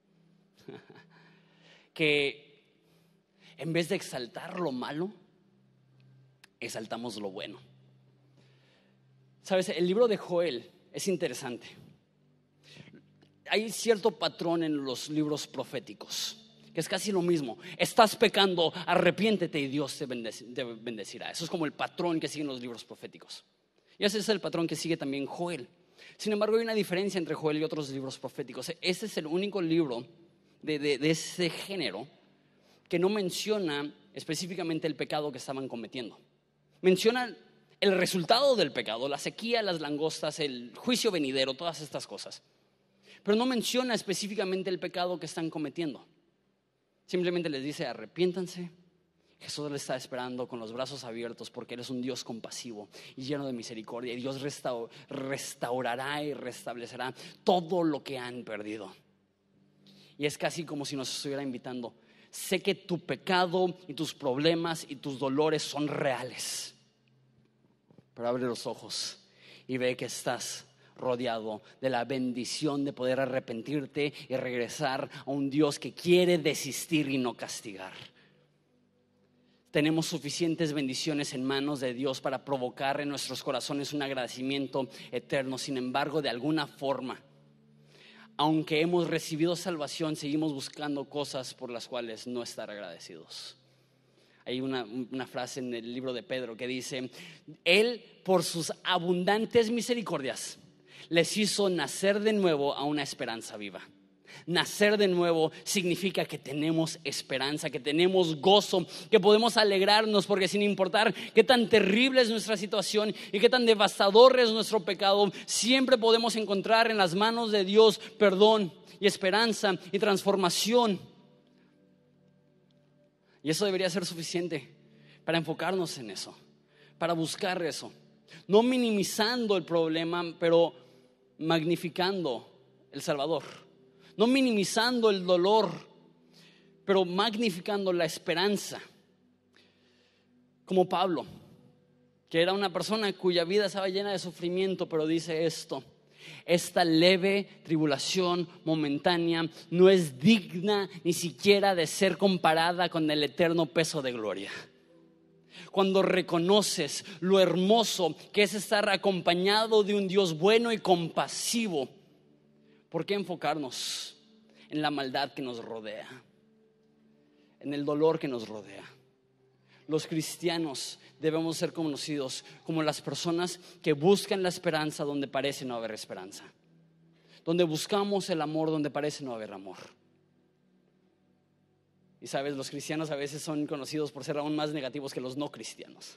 Speaker 1: Que en vez de exaltar lo malo, exaltamos lo bueno. ¿Sabes? El libro de Joel es interesante. Hay cierto patrón en los libros proféticos que es casi lo mismo. Estás pecando, arrepiéntete y Dios te bendecirá. Eso es como el patrón que siguen los libros proféticos. Y ese es el patrón que sigue también Joel. Sin embargo, hay una diferencia entre Joel y otros libros proféticos. Este es el único libro de ese género que no menciona específicamente el pecado que estaban cometiendo. Menciona el resultado del pecado, la sequía, las langostas, el juicio venidero, todas estas cosas. Pero no menciona específicamente el pecado que están cometiendo. Simplemente les dice, arrepiéntanse. Jesús les está esperando con los brazos abiertos porque Él es un Dios compasivo y lleno de misericordia. Y Dios restaurará y restablecerá todo lo que han perdido. Y es casi como si nos estuviera invitando. Sé que tu pecado y tus problemas y tus dolores son reales, pero abre los ojos y ve que estás rodeado de la bendición de poder arrepentirte y regresar a un Dios que quiere desistir y no castigar. Tenemos suficientes bendiciones en manos de Dios para provocar en nuestros corazones un agradecimiento eterno. Sin embargo, de alguna forma, aunque hemos recibido salvación, seguimos buscando cosas por las cuales no estar agradecidos. Hay una frase en el libro de Pedro que dice: Él, por sus abundantes misericordias, les hizo nacer de nuevo a una esperanza viva. Nacer de nuevo significa que tenemos esperanza, que tenemos gozo, que podemos alegrarnos, porque sin importar qué tan terrible es nuestra situación y qué tan devastador es nuestro pecado, siempre podemos encontrar en las manos de Dios perdón y esperanza y transformación. Y eso debería ser suficiente para enfocarnos en eso, para buscar eso, no minimizando el problema, pero magnificando el Salvador. No minimizando el dolor, pero magnificando la esperanza. Como Pablo, que era una persona cuya vida estaba llena de sufrimiento, pero dice esto: esta leve tribulación momentánea no es digna ni siquiera de ser comparada con el eterno peso de gloria. Cuando reconoces lo hermoso que es estar acompañado de un Dios bueno y compasivo, ¿por qué enfocarnos en la maldad que nos rodea, en el dolor que nos rodea? Los cristianos debemos ser conocidos como las personas que buscan la esperanza donde parece no haber esperanza, donde buscamos el amor donde parece no haber amor. Y sabes, los cristianos a veces son conocidos por ser aún más negativos que los no cristianos.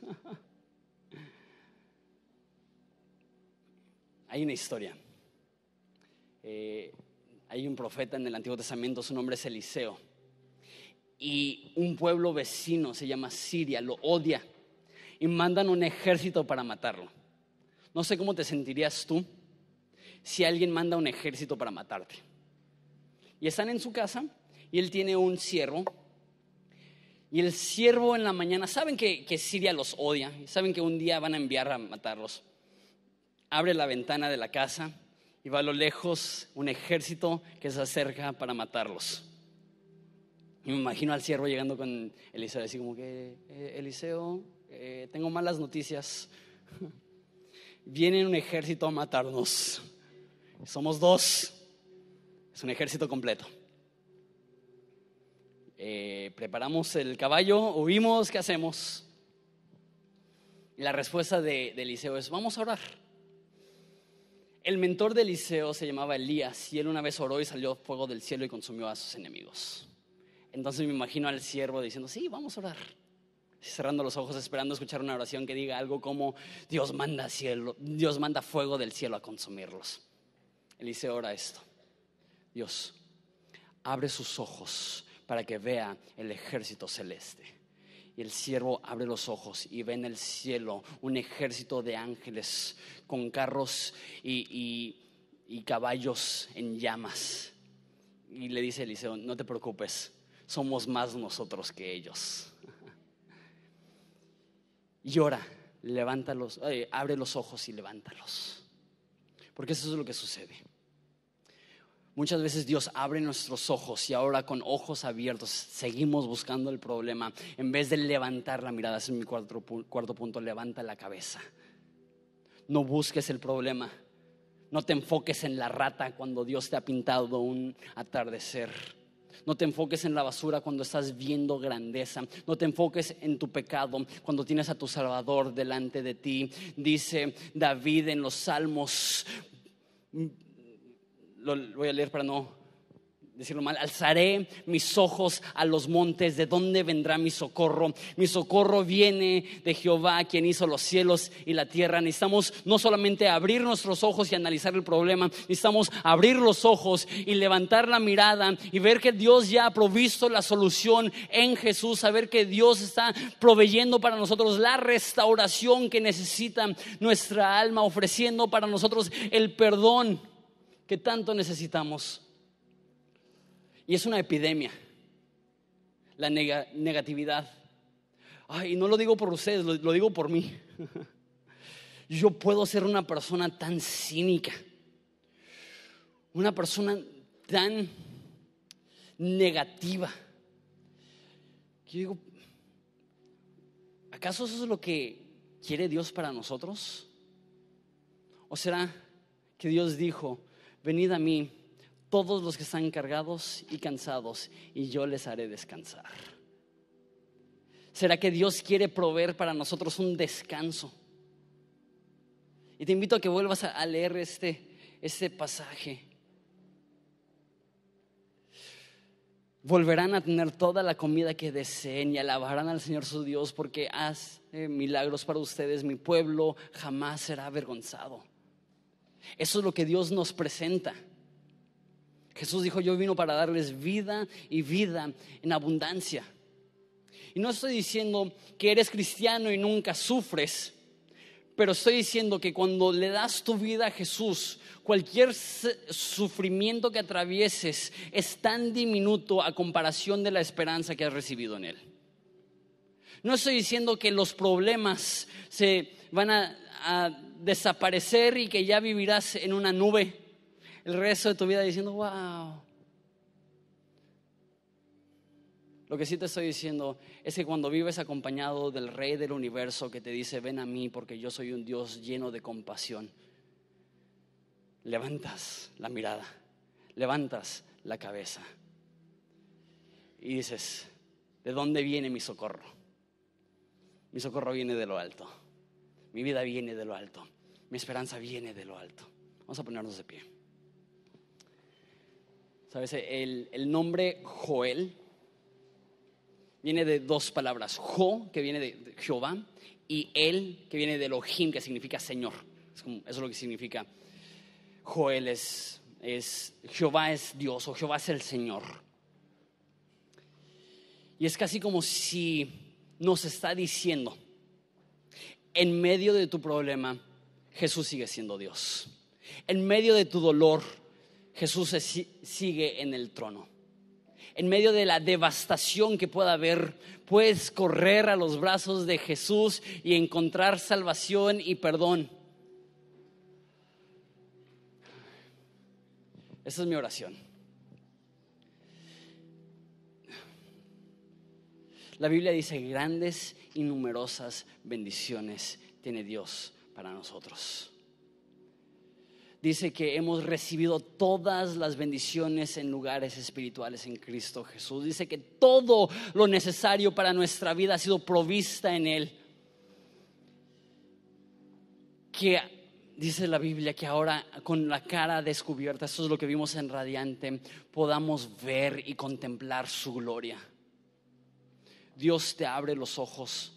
Speaker 1: Hay una historia. Hay un profeta en el Antiguo Testamento, su nombre es Eliseo, y un pueblo vecino se llama Siria, lo odia y mandan un ejército para matarlo. No sé cómo te sentirías tú si alguien manda un ejército para matarte. Y están en su casa y él tiene un ciervo Y el siervo en la mañana, saben que Siria los odia, saben que un día van a enviar a matarlos. Abre la ventana de la casa y va a lo lejos un ejército que se acerca para matarlos. Y me imagino al siervo llegando con Eliseo, así como que, Eliseo, tengo malas noticias. Viene un ejército a matarnos. Somos 2. Es un ejército completo. Preparamos el caballo, huimos, ¿qué hacemos? Y la respuesta de Eliseo es: vamos a orar. El mentor de Eliseo se llamaba Elías, y él una vez oró y salió fuego del cielo y consumió a sus enemigos. Entonces me imagino al siervo diciendo: sí, vamos a orar, cerrando los ojos, esperando escuchar una oración que diga algo como: Dios manda cielo, Dios manda fuego del cielo a consumirlos. Eliseo ora esto: Dios, abre sus ojos para que vea el ejército celeste. Y el siervo abre los ojos y ve en el cielo un ejército de ángeles con carros y caballos en llamas. Y le dice a Eliseo: no te preocupes, somos más nosotros que ellos. Llora, levántalos, abre los ojos y levántalos. Porque eso es lo que sucede. Muchas veces Dios abre nuestros ojos y ahora con ojos abiertos seguimos buscando el problema en vez de levantar la mirada. Ese es mi cuarto punto: levanta la cabeza. No busques el problema. No te enfoques en la rata cuando Dios te ha pintado un atardecer. No te enfoques en la basura cuando estás viendo grandeza. No te enfoques en tu pecado cuando tienes a tu Salvador delante de ti. Dice David en los Salmos, lo voy a leer para no decirlo mal: alzaré mis ojos a los montes, ¿de dónde vendrá mi socorro? Mi socorro viene de Jehová, quien hizo los cielos y la tierra. Necesitamos no solamente abrir nuestros ojos y analizar el problema, necesitamos abrir los ojos y levantar la mirada y ver que Dios ya ha provisto la solución en Jesús, saber que Dios está proveyendo para nosotros la restauración que necesita nuestra alma, ofreciendo para nosotros el perdón que tanto necesitamos. Y es una epidemia la negatividad. Ay, no lo digo por ustedes, lo digo por mí. Yo puedo ser una persona tan cínica, una persona tan negativa, que yo digo: ¿acaso eso es lo que quiere Dios para nosotros? ¿O será que Dios dijo: venid a mí todos los que están cargados y cansados, y yo les haré descansar? ¿Será que Dios quiere proveer para nosotros un descanso? Y te invito a que vuelvas a leer este pasaje. Volverán a tener toda la comida que deseen y alabarán al Señor su Dios, porque hace milagros para ustedes. Mi pueblo jamás será avergonzado. Eso es lo que Dios nos presenta. Jesús dijo: yo vino para darles vida y vida en abundancia. Y no estoy diciendo que eres cristiano y nunca sufres, pero estoy diciendo que cuando le das tu vida a Jesús, cualquier sufrimiento que atravieses es tan diminuto a comparación de la esperanza que has recibido en Él. No estoy diciendo que los problemas se van a desaparecer y que ya vivirás en una nube el resto de tu vida diciendo: wow. Lo que sí te estoy diciendo es que cuando vives acompañado del Rey del universo, que te dice: ven a mí porque yo soy un Dios lleno de compasión, levantas la mirada, levantas la cabeza y dices: ¿de dónde viene mi socorro? Mi socorro viene de lo alto. Mi vida viene de lo alto. Mi esperanza viene de lo alto. Vamos a ponernos de pie. ¿Sabes? El nombre Joel viene de dos palabras: Jo, que viene de Jehová, y El, que viene de Elohim, que significa Señor. Eso es lo que significa Joel. Es Jehová es Dios, o Jehová es el Señor. Y es casi como si nos está diciendo: en medio de tu problema, Jesús sigue siendo Dios. En medio de tu dolor, Jesús sigue en el trono. en medio de la devastación que pueda haber, puedes correr a los brazos de Jesús y encontrar salvación y perdón. Esa es mi oración. La Biblia dice: grandes y numerosas bendiciones tiene Dios para nosotros. Dice que hemos recibido todas las bendiciones en lugares espirituales en Cristo Jesús. Dice que todo lo necesario para nuestra vida ha sido provista en Él. Que dice la Biblia que ahora, con la cara descubierta, esto es lo que vimos en Radiante, podamos ver y contemplar su gloria. Dios te abre los ojos,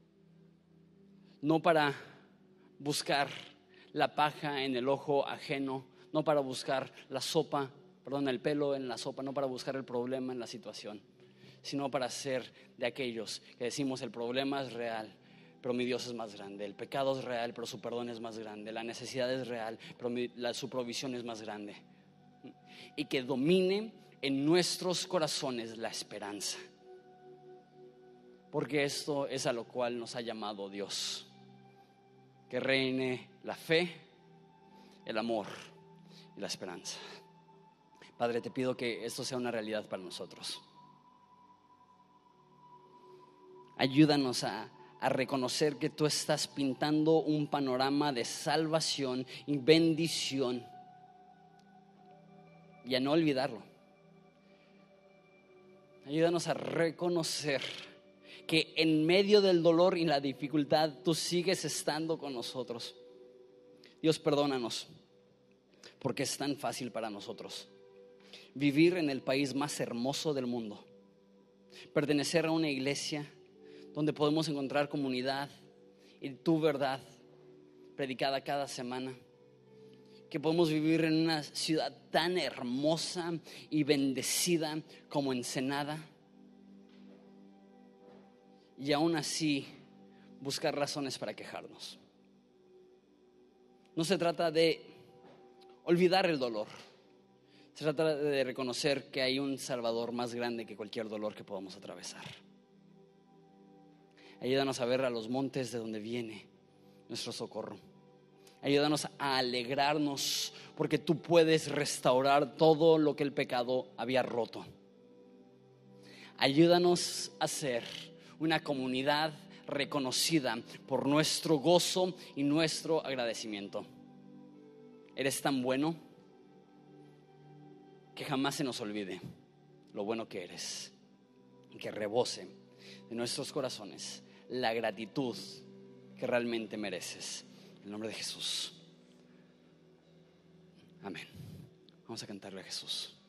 Speaker 1: no para buscar la paja en el ojo ajeno, no para buscar el pelo en la sopa, no para buscar el problema en la situación, sino para ser de aquellos que decimos: el problema es real, pero mi Dios es más grande. El pecado es real, pero su perdón es más grande. La necesidad es real, pero su provisión es más grande. Y que domine en nuestros corazones la esperanza, porque esto es a lo cual nos ha llamado Dios. Que reine la fe, el amor y la esperanza. Padre, te pido que esto sea una realidad para nosotros. Ayúdanos a reconocer que tú estás pintando un panorama de salvación y bendición, y a no olvidarlo. Ayúdanos a reconocer que en medio del dolor y la dificultad tú sigues estando con nosotros. Dios, perdónanos, porque es tan fácil para nosotros vivir en el país más hermoso del mundo, pertenecer a una iglesia donde podemos encontrar comunidad y tu verdad predicada cada semana, que podemos vivir en una ciudad tan hermosa y bendecida como Ensenada, y aún así buscar razones para quejarnos. No se trata de olvidar el dolor, se trata de reconocer que hay un Salvador más grande que cualquier dolor que podamos atravesar. Ayúdanos a ver a los montes de donde viene nuestro socorro. Ayúdanos a alegrarnos, porque tú puedes restaurar todo lo que el pecado había roto. Ayúdanos a ser una comunidad reconocida por nuestro gozo y nuestro agradecimiento. Eres tan bueno que jamás se nos olvide lo bueno que eres, y que rebose de nuestros corazones la gratitud que realmente mereces. En el nombre de Jesús. Amén. Vamos a cantarle a Jesús.